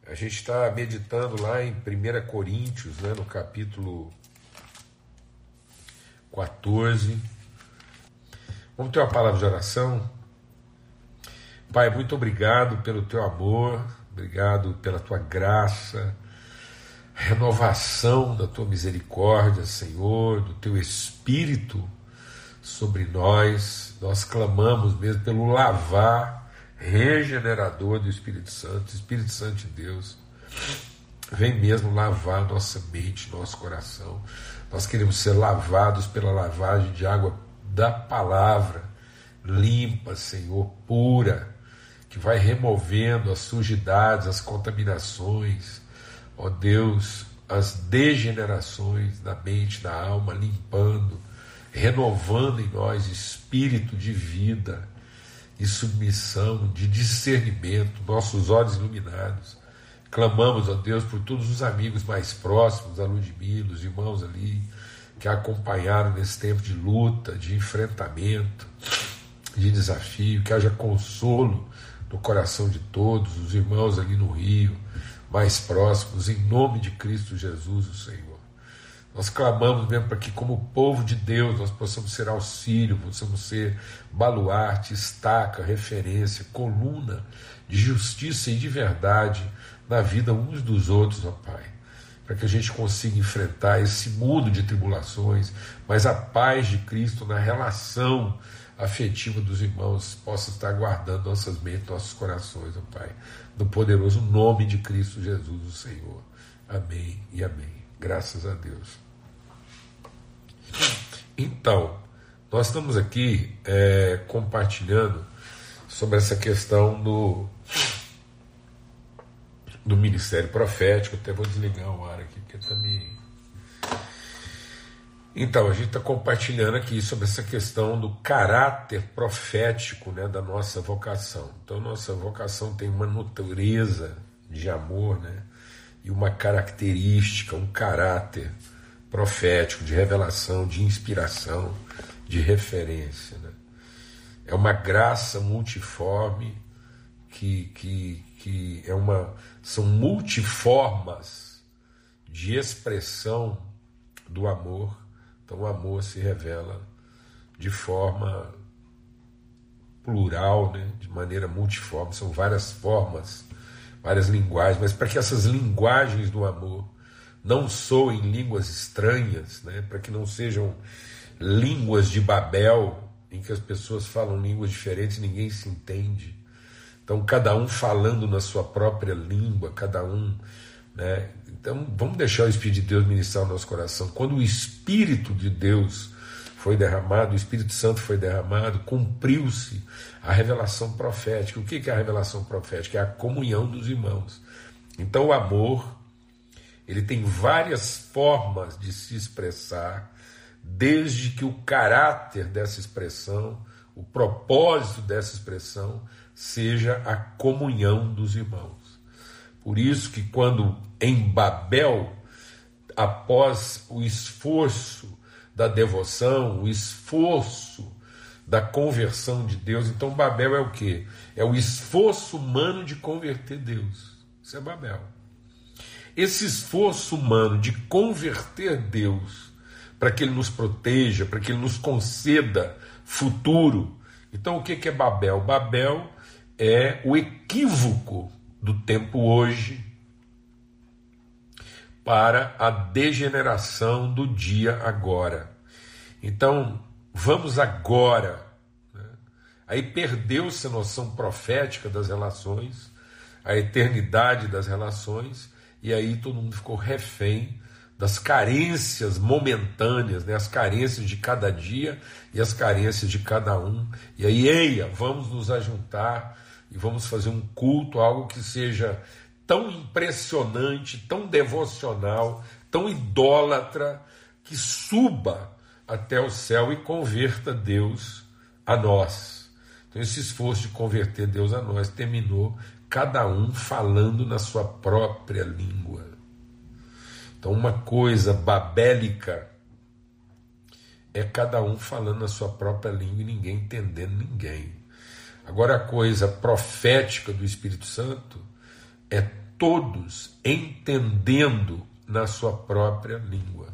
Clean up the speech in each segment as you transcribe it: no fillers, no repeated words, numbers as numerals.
A gente está meditando lá em 1 Coríntios, né, no capítulo 14. Vamos ter uma palavra de oração? Pai, muito obrigado pelo teu amor, obrigado pela tua graça, renovação da tua misericórdia, Senhor, do teu Espírito sobre nós. Nós clamamos mesmo pelo lavar regenerador do Espírito Santo. Espírito Santo de Deus, vem mesmo lavar nossa mente, nosso coração. Nós queremos ser lavados pela lavagem de água da palavra, limpa, Senhor, pura, que vai removendo as sujidades, as contaminações, ó Deus, as degenerações da mente, da alma, limpando, renovando em nós espírito de vida e submissão, de discernimento, nossos olhos iluminados. Clamamos, ó Deus, por todos os amigos mais próximos, a Ludmila, os irmãos ali, que a acompanharam nesse tempo de luta, de enfrentamento, de desafio, que haja consolo no coração de todos, os irmãos ali no Rio, mais próximos, em nome de Cristo Jesus, o Senhor. Nós clamamos mesmo para que, como povo de Deus, nós possamos ser auxílio, possamos ser baluarte, estaca, referência, coluna de justiça e de verdade na vida uns dos outros, ó Pai, para que a gente consiga enfrentar esse mundo de tribulações, mas a paz de Cristo na relação afetiva dos irmãos possa estar guardando nossas mentes, nossos corações, ó Pai, no poderoso nome de Cristo Jesus, o Senhor. Amém e amém. Graças a Deus. Então, nós estamos aqui compartilhando sobre essa questão do ministério profético. Até vou desligar o ar aqui, porque está me... Então, a gente está compartilhando aqui sobre essa questão do caráter profético, né, da nossa vocação. Então, nossa vocação tem uma natureza de amor, né, e uma característica, um caráter profético, de revelação, de inspiração, de referência, né? É uma graça multiforme são multiformas de expressão do amor. Então o amor se revela de forma plural, né? De maneira multiforme, são várias formas, várias linguagens, mas para que essas linguagens do amor não soem línguas estranhas, né? Para que não sejam línguas de Babel, em que as pessoas falam línguas diferentes e ninguém se entende. Então, cada um falando na sua própria língua, cada um, né? Então, vamos deixar o Espírito de Deus ministrar o nosso coração. Quando o Espírito de Deus foi derramado, o Espírito Santo foi derramado, cumpriu-se a revelação profética. O que é a revelação profética? É a comunhão dos irmãos. Então, o amor, ele tem várias formas de se expressar, desde que o caráter dessa expressão, o propósito dessa expressão, seja a comunhão dos irmãos. Por isso que quando em Babel, após o esforço da devoção, o esforço da conversão de Deus, então Babel é o quê? É o esforço humano de converter Deus. Isso é Babel. Esse esforço humano de converter Deus para que Ele nos proteja, para que Ele nos conceda futuro. Então o que é Babel? Babel é o equívoco do tempo hoje para a degeneração do dia agora. Então, vamos agora, né? Aí perdeu-se a noção profética das relações, a eternidade das relações, e aí todo mundo ficou refém das carências momentâneas, né? As carências de cada dia e as carências de cada um. E aí, eia, vamos nos ajuntar e vamos fazer um culto, algo que seja tão impressionante, tão devocional, tão idólatra, que suba até o céu e converta Deus a nós. Então esse esforço de converter Deus a nós terminou cada um falando na sua própria língua. Então uma coisa babélica é cada um falando na sua própria língua e ninguém entendendo ninguém. Agora a coisa profética do Espírito Santo é todos entendendo na sua própria língua.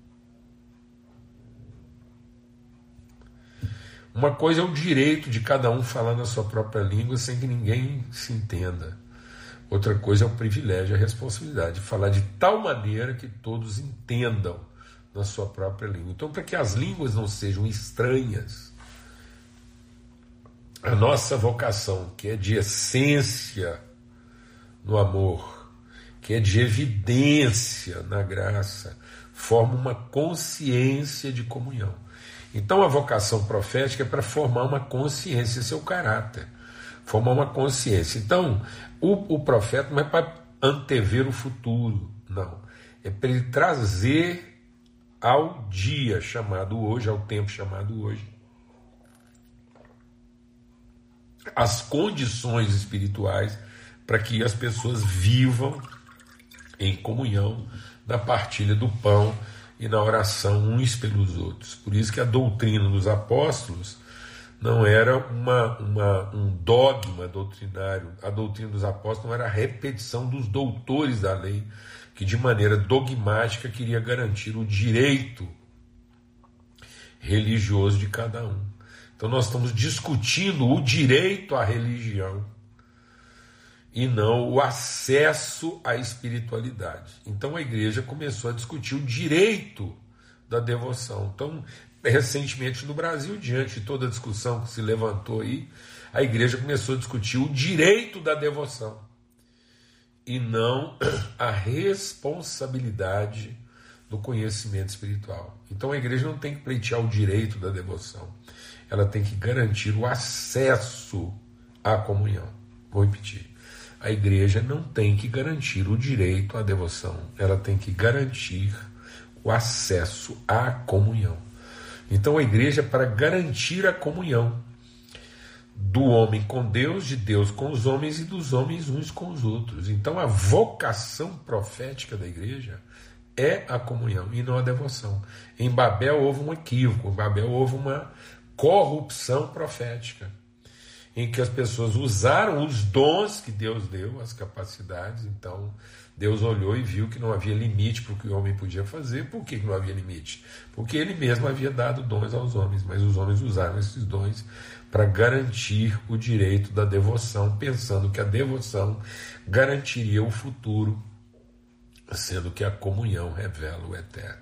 Uma coisa é o direito de cada um falar na sua própria língua sem que ninguém se entenda. Outra coisa é o privilégio, a responsabilidade de falar de tal maneira que todos entendam na sua própria língua. Então, para que as línguas não sejam estranhas, a nossa vocação, que é de essência no amor, que é de evidência na graça, forma uma consciência de comunhão. Então a vocação profética é para formar uma consciência, seu caráter, formar uma consciência. Então o profeta não é para antever o futuro, não. É para ele trazer ao dia chamado hoje, ao tempo chamado hoje, as condições espirituais para que as pessoas vivam em comunhão na partilha do pão e na oração uns pelos outros. Por isso que a doutrina dos apóstolos não era um dogma doutrinário. A doutrina dos apóstolos não era a repetição dos doutores da lei, que de maneira dogmática queria garantir o direito religioso de cada um. Então nós estamos discutindo o direito à religião e não o acesso à espiritualidade. Então a igreja começou a discutir o direito da devoção. Então, recentemente no Brasil, diante de toda a discussão que se levantou aí, a igreja começou a discutir o direito da devoção e não a responsabilidade do conhecimento espiritual. Então a igreja não tem que pleitear o direito da devoção, ela tem que garantir o acesso à comunhão. Vou repetir. A igreja não tem que garantir o direito à devoção, ela tem que garantir o acesso à comunhão. Então a igreja é para garantir a comunhão do homem com Deus, de Deus com os homens e dos homens uns com os outros. Então a vocação profética da igreja é a comunhão e não a devoção. Em Babel houve um equívoco, em Babel houve uma corrupção profética, em que as pessoas usaram os dons que Deus deu, as capacidades. Então Deus olhou e viu que não havia limite para o que o homem podia fazer. Por que não havia limite? Porque ele mesmo havia dado dons aos homens, mas os homens usaram esses dons para garantir o direito da devoção, pensando que a devoção garantiria o futuro, sendo que a comunhão revela o eterno.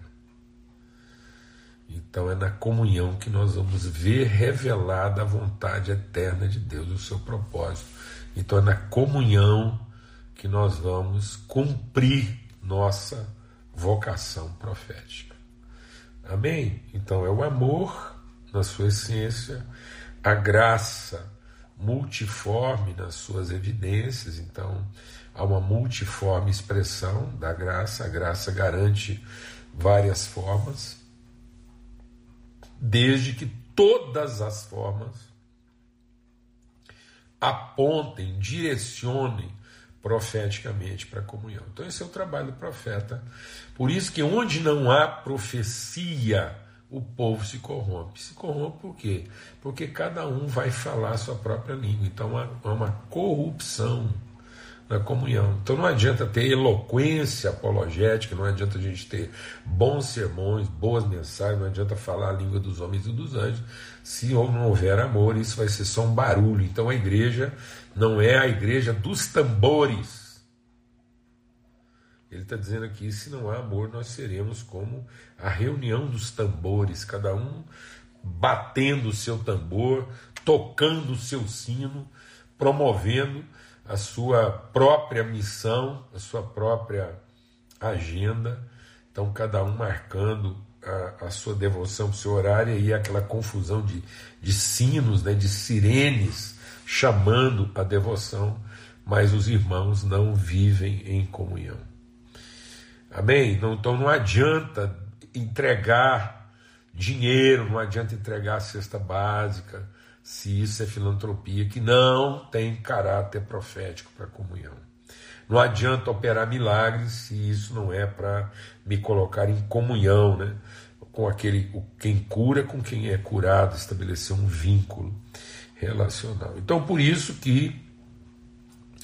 Então é na comunhão que nós vamos ver revelada a vontade eterna de Deus, o seu propósito. Então é na comunhão que nós vamos cumprir nossa vocação profética. Amém? Então é o amor na sua essência, a graça multiforme nas suas evidências. Então há uma multiforme expressão da graça. A graça garante várias formas, desde que todas as formas apontem, direcionem profeticamente para a comunhão. Então esse é o trabalho do profeta. Por isso que onde não há profecia, o povo se corrompe. Se corrompe por quê? Porque cada um vai falar a sua própria língua. Então há uma corrupção na comunhão. Então não adianta ter eloquência apologética, não adianta a gente ter bons sermões, boas mensagens, não adianta falar a língua dos homens e dos anjos, se não houver amor, isso vai ser só um barulho. Então a igreja não é a igreja dos tambores. Ele está dizendo aqui, se não há amor, nós seremos como a reunião dos tambores, cada um batendo o seu tambor, tocando o seu sino, promovendo a sua própria missão, a sua própria agenda. Então cada um marcando a sua devoção para o seu horário, e aquela confusão de sinos, né, de sirenes chamando a devoção, mas os irmãos não vivem em comunhão. Amém? Então não adianta entregar dinheiro, não adianta entregar a cesta básica, se isso é filantropia que não tem caráter profético para a comunhão. Não adianta operar milagres se isso não é para me colocar em comunhão, né, com quem cura com quem é curado, estabelecer um vínculo relacional. Então por isso que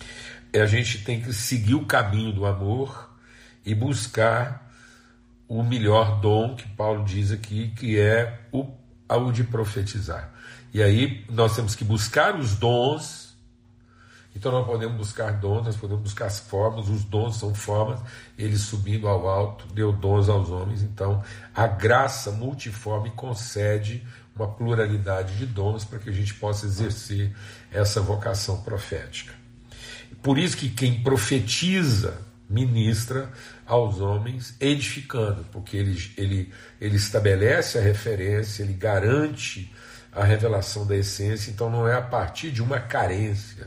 a gente tem que seguir o caminho do amor e buscar o melhor dom que Paulo diz aqui, que é o de profetizar. E aí nós temos que buscar os dons. Então nós podemos buscar dons, nós podemos buscar as formas. Os dons são formas, ele subindo ao alto deu dons aos homens. Então a graça multiforme concede uma pluralidade de dons para que a gente possa exercer essa vocação profética. Por isso que quem profetiza ministra aos homens edificando, porque ele estabelece a referência, ele garante a revelação da essência. Então não é a partir de uma carência,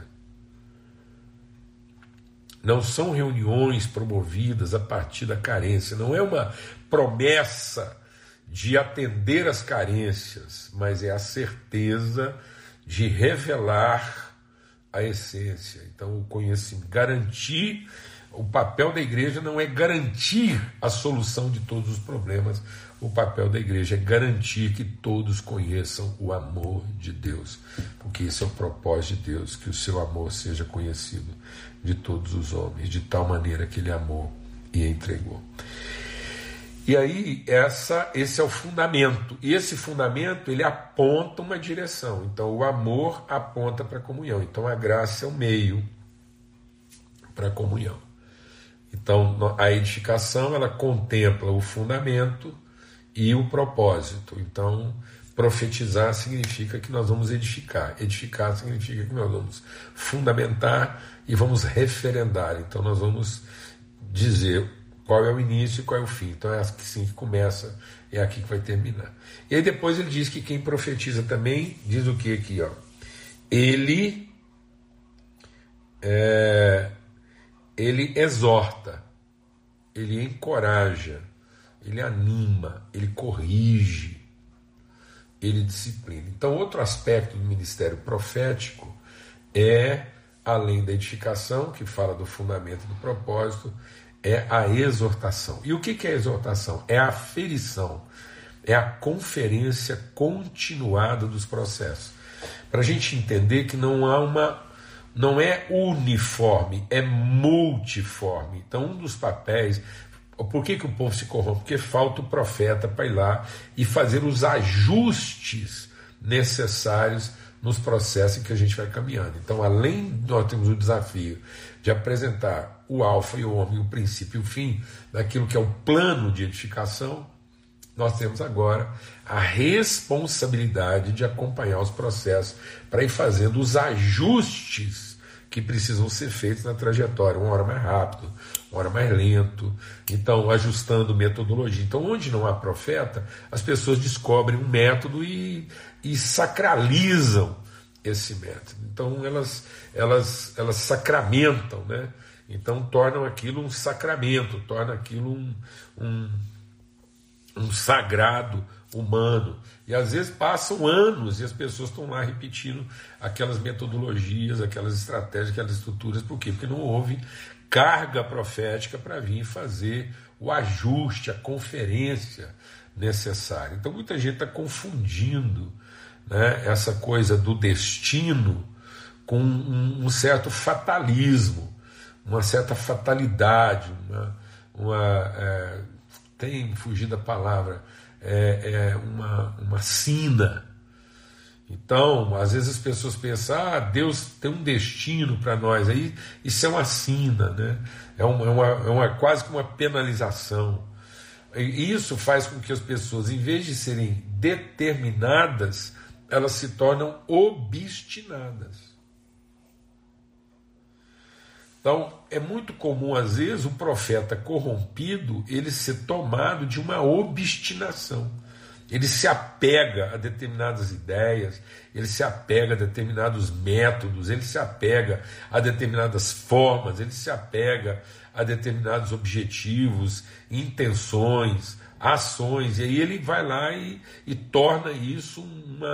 não são reuniões promovidas a partir da carência, não é uma promessa de atender às carências, mas é a certeza de revelar a essência. Então o conhecimento, garantir. O papel da igreja não é garantir a solução de todos os problemas. O papel da igreja é garantir que todos conheçam o amor de Deus, porque esse é o propósito de Deus, que o seu amor seja conhecido de todos os homens, de tal maneira que ele amou e entregou. E aí esse é o fundamento, e esse fundamento ele aponta uma direção. Então o amor aponta para a comunhão, então a graça é o meio para a comunhão. Então a edificação ela contempla o fundamento e o propósito. Então profetizar significa que nós vamos edificar, edificar significa que nós vamos fundamentar e vamos referendar. Então nós vamos dizer qual é o início e qual é o fim. Então é assim que começa, é aqui que vai terminar. E aí depois ele diz que quem profetiza também diz o que aqui, ó? Ele exorta, ele encoraja, ele anima, ele corrige, ele disciplina. Então, outro aspecto do ministério profético é, além da edificação, que fala do fundamento do propósito, é a exortação. E o que é a exortação? É a aferição, é a conferência continuada dos processos. Para a gente entender que não é uniforme, é multiforme. Então, um dos papéis. Por que o povo se corrompe? Porque falta o profeta para ir lá e fazer os ajustes necessários nos processos em que a gente vai caminhando. Então, além de nós termos o desafio de apresentar o alfa e o ômega, o princípio e o fim, daquilo que é o plano de edificação, nós temos agora a responsabilidade de acompanhar os processos para ir fazendo os ajustes que precisam ser feitos na trajetória, uma hora mais rápido, uma hora mais lento, então ajustando metodologia. Então, onde não há profeta, as pessoas descobrem um método e sacralizam esse método. Então elas sacramentam, né? Então tornam aquilo um sacramento, tornam aquilo um sagrado humano. E às vezes passam anos e as pessoas estão lá repetindo aquelas metodologias, aquelas estratégias, aquelas estruturas. Por quê? Porque não houve carga profética para vir fazer o ajuste, a conferência necessária. Então muita gente está confundindo, né, essa coisa do destino com um certo fatalismo, uma certa fatalidade, tem fugido a palavra, uma sina. Então, às vezes as pessoas pensam, Deus tem um destino para nós, aí isso é uma sina, né? Quase que uma penalização. E isso faz com que as pessoas, em vez de serem determinadas, elas se tornam obstinadas. Então, é muito comum, às vezes, o profeta corrompido, ele ser tomado de uma obstinação. Ele se apega a determinadas ideias, ele se apega a determinados métodos, ele se apega a determinadas formas, ele se apega a determinados objetivos, intenções, ações, e aí ele vai lá e torna isso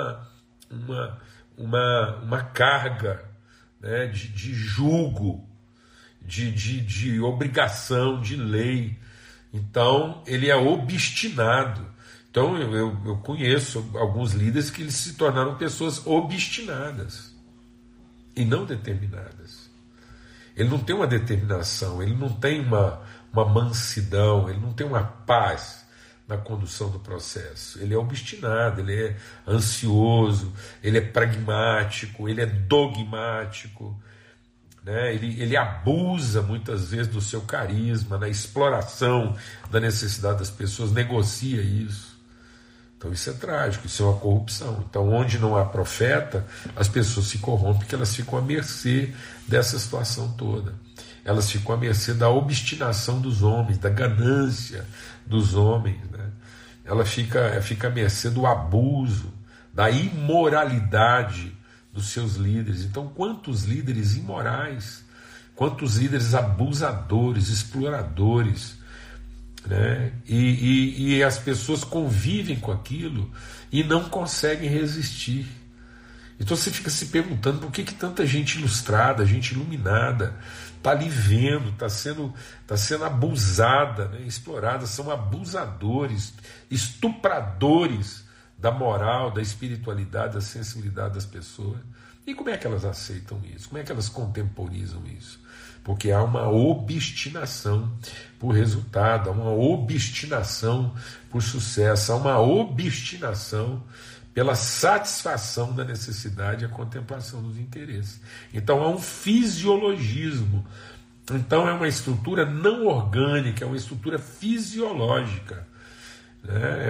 uma carga, né, de jugo, de obrigação, de lei. Então ele é obstinado. Então eu conheço alguns líderes que eles se tornaram pessoas obstinadas e não determinadas. ele não tem uma determinação, ele não tem uma mansidão, ele não tem uma paz na condução do processo. Ele é obstinado, ele é ansioso, ele é pragmático, ele é dogmático, né? Ele abusa muitas vezes do seu carisma, na exploração da necessidade das pessoas, negocia isso. Então isso é trágico, isso é uma corrupção. Então onde não há profeta, as pessoas se corrompem, porque elas ficam à mercê dessa situação toda. Elas ficam à mercê da obstinação dos homens, da ganância dos homens, né? Ela fica à mercê do abuso, da imoralidade dos seus líderes. Então quantos líderes imorais, quantos líderes abusadores, exploradores, né? E as pessoas convivem com aquilo e não conseguem resistir. Então você fica se perguntando por que tanta gente ilustrada, gente iluminada, está ali vendo, está sendo abusada, né? Explorada. São abusadores, estupradores da moral, da espiritualidade, da sensibilidade das pessoas. E como é que elas aceitam isso? Como é que elas contemporizam isso? Porque há uma obstinação por resultado, há uma obstinação por sucesso, há uma obstinação pela satisfação da necessidade e a contemplação dos interesses. Então há um fisiologismo. Então é uma estrutura não orgânica, é uma estrutura fisiológica, né?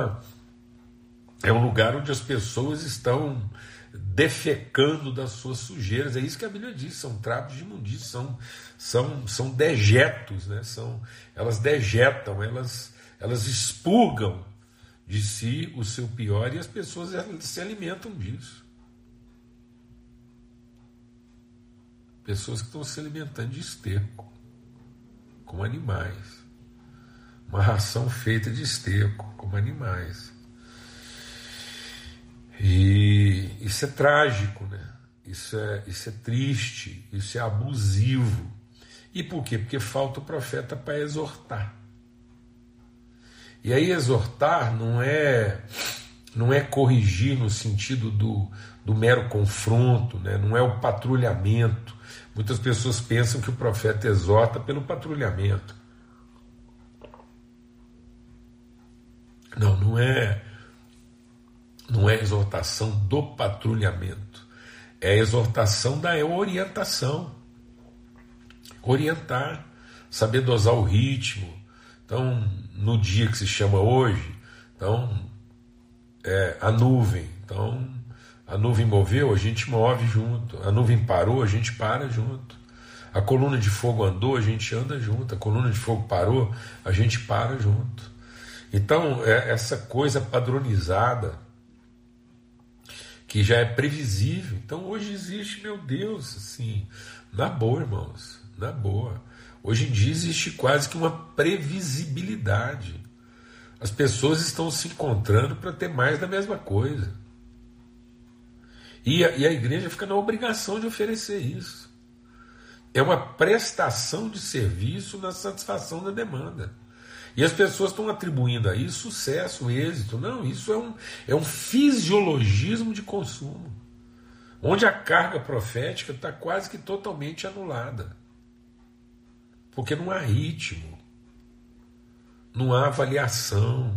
É um lugar onde as pessoas estão defecando das suas sujeiras. É isso que a Bíblia diz, são trapos de imundícia, são dejetos, né? Elas dejetam, elas expurgam de si o seu pior, e as pessoas se alimentam disso. Pessoas que estão se alimentando de esterco, como animais. Uma ração feita de esterco, como animais. E isso é trágico, né? Isso é triste, isso é abusivo. E por quê? Porque falta o profeta para exortar. E aí exortar não é corrigir no sentido do mero confronto, né? Não é o patrulhamento. Muitas pessoas pensam que o profeta exorta pelo patrulhamento. Não é exortação do patrulhamento. É a exortação da orientação. Orientar, saber dosar o ritmo. Então, no dia que se chama hoje, então, a nuvem. Então, a nuvem moveu, a gente move junto. A nuvem parou, a gente para junto. A coluna de fogo andou, a gente anda junto. A coluna de fogo parou, a gente para junto. Então, essa coisa padronizada, que já é previsível. Então, hoje existe, meu Deus, assim, na boa, irmãos, na boa. Hoje em dia existe quase que uma previsibilidade. As pessoas estão se encontrando para ter mais da mesma coisa. E a igreja fica na obrigação de oferecer isso. É uma prestação de serviço na satisfação da demanda. E as pessoas estão atribuindo a isso sucesso, êxito. Não, isso é um fisiologismo de consumo, onde a carga profética está quase que totalmente anulada. Porque não há ritmo, não há avaliação,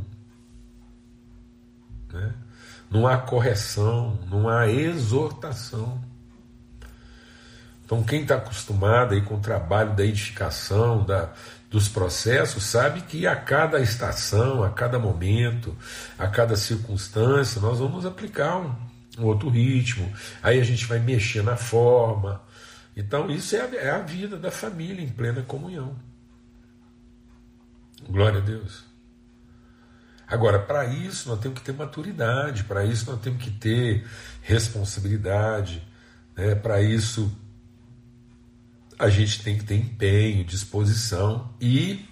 né? Não há correção, não há exortação. Então quem está acostumado aí com o trabalho da edificação, dos processos, sabe que a cada estação, a cada momento, a cada circunstância, nós vamos aplicar um outro ritmo, aí a gente vai mexer na forma. Então isso é a vida da família em plena comunhão. Glória a Deus. Agora, para isso nós temos que ter maturidade, para isso nós temos que ter responsabilidade, né? Para isso a gente tem que ter empenho, disposição e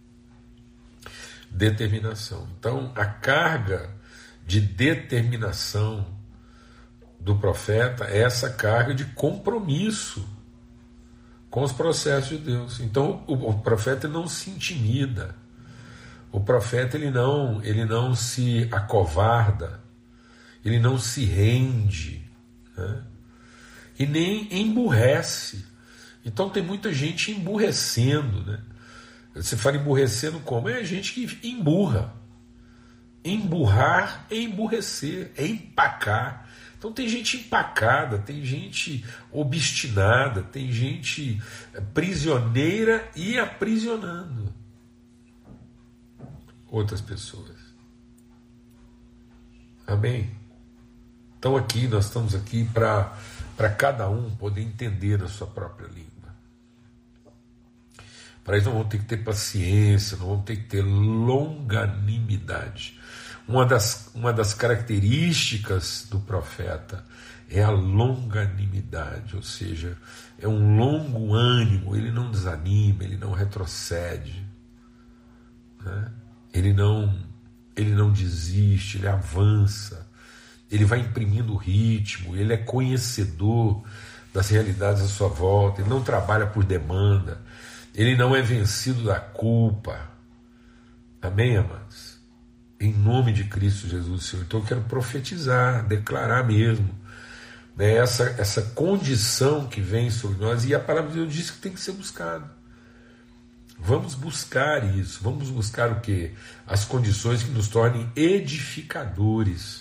determinação. Então, a carga de determinação do profeta é essa carga de compromisso com os processos de Deus. Então, o profeta não se intimida. O profeta ele não se acovarda, ele não se rende, né? E nem emburrece. Então tem muita gente emburrecendo, né? Você fala emburrecendo como? É gente que emburra. Emburrar é emburrecer, é empacar. Então tem gente empacada, tem gente obstinada, tem gente prisioneira e aprisionando outras pessoas. Amém? Então aqui, nós estamos aqui para cada um poder entender a sua própria língua. Para isso nós vamos ter que ter paciência, nós vamos ter que ter longanimidade. Uma das características do profeta é a longanimidade, ou seja, é um longo ânimo, ele não desanima, ele não retrocede, né? Ele não desiste, ele avança, ele vai imprimindo ritmo, ele é conhecedor das realidades à sua volta, ele não trabalha por demanda, ele não é vencido da culpa. Amém, amados? Em nome de Cristo Jesus, Senhor. Então eu quero profetizar, declarar mesmo, né, essa condição que vem sobre nós, e a palavra de Deus diz que tem que ser buscado. Vamos buscar isso, vamos buscar o quê? As condições que nos tornem edificadores.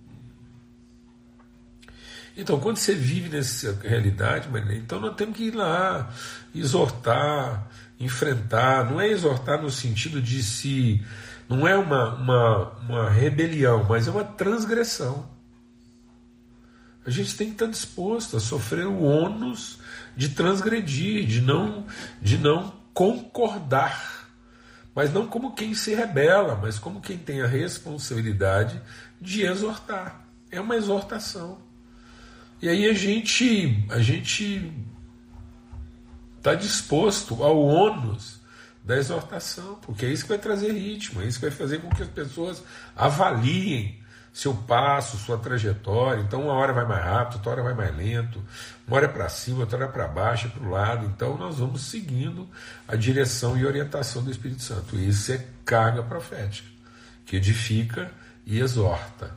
Então, quando você vive nessa realidade, então nós temos que ir lá, exortar, enfrentar. Não é exortar no sentido de se... Não é uma rebelião, mas é uma transgressão. A gente tem que estar disposto a sofrer o ônus de transgredir, de não concordar, mas não como quem se rebela, mas como quem tem a responsabilidade de exortar. É uma exortação. E aí a gente está disposto ao ônus da exortação, porque é isso que vai trazer ritmo, é isso que vai fazer com que as pessoas avaliem seu passo, sua trajetória. Então uma hora vai mais rápido, outra hora vai mais lento, uma hora é para cima, outra hora é para baixo, é para o lado. Então nós vamos seguindo a direção e orientação do Espírito Santo. E isso é carga profética, que edifica e exorta.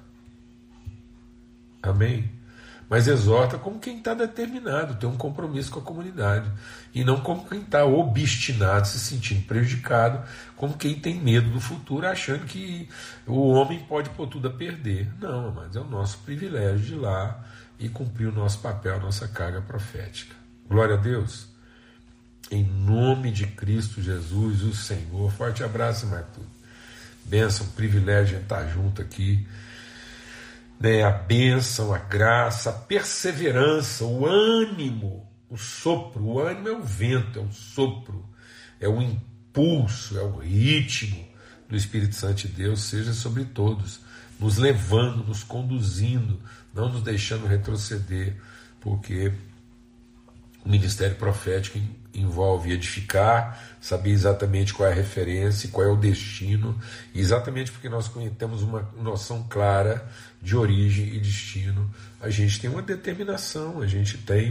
Amém? Mas exorta como quem está determinado, tem um compromisso com a comunidade, e não como quem está obstinado, se sentindo prejudicado, como quem tem medo do futuro, achando que o homem pode pôr tudo a perder. Não, mas é o nosso privilégio de ir lá e cumprir o nosso papel, a nossa carga profética. Glória a Deus. Em nome de Cristo Jesus, o Senhor. Forte abraço, Martudo. Bênção, privilégio de estar junto aqui. A bênção, a graça, a perseverança, o ânimo, o sopro. O ânimo é o vento, é o sopro, é o impulso, é o ritmo do Espírito Santo de Deus, seja sobre todos, nos levando, nos conduzindo, não nos deixando retroceder, porque o ministério profético envolve edificar, saber exatamente qual é a referência, qual é o destino, e exatamente porque nós temos uma noção clara de origem e destino, a gente tem uma determinação, a gente tem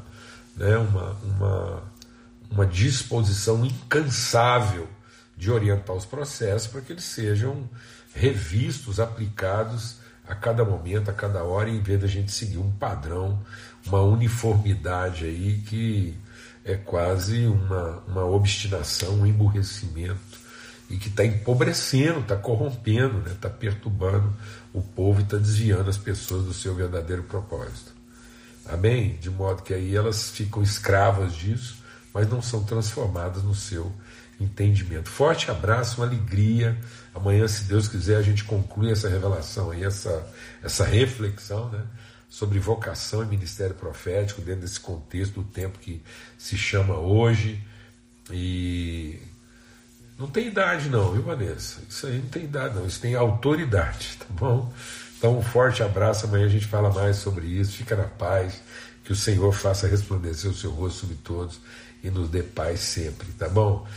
uma disposição incansável de orientar os processos para que eles sejam revistos, aplicados a cada momento, a cada hora, em vez da gente seguir um padrão, uma uniformidade aí que é quase uma obstinação, um emburrecimento, e que está empobrecendo, está corrompendo, está perturbando o povo e está desviando as pessoas do seu verdadeiro propósito. Amém? De modo que aí elas ficam escravas disso, mas não são transformadas no seu entendimento. Forte abraço, uma alegria. Amanhã, se Deus quiser, a gente conclui essa revelação aí, essa reflexão, sobre vocação e ministério profético dentro desse contexto do tempo que se chama hoje. E não tem idade não, viu, Vanessa? Isso aí não tem idade não, isso tem autoridade, tá bom? Então um forte abraço, amanhã a gente fala mais sobre isso. Fica na paz, que o Senhor faça resplandecer o seu rosto sobre todos e nos dê paz sempre, tá bom?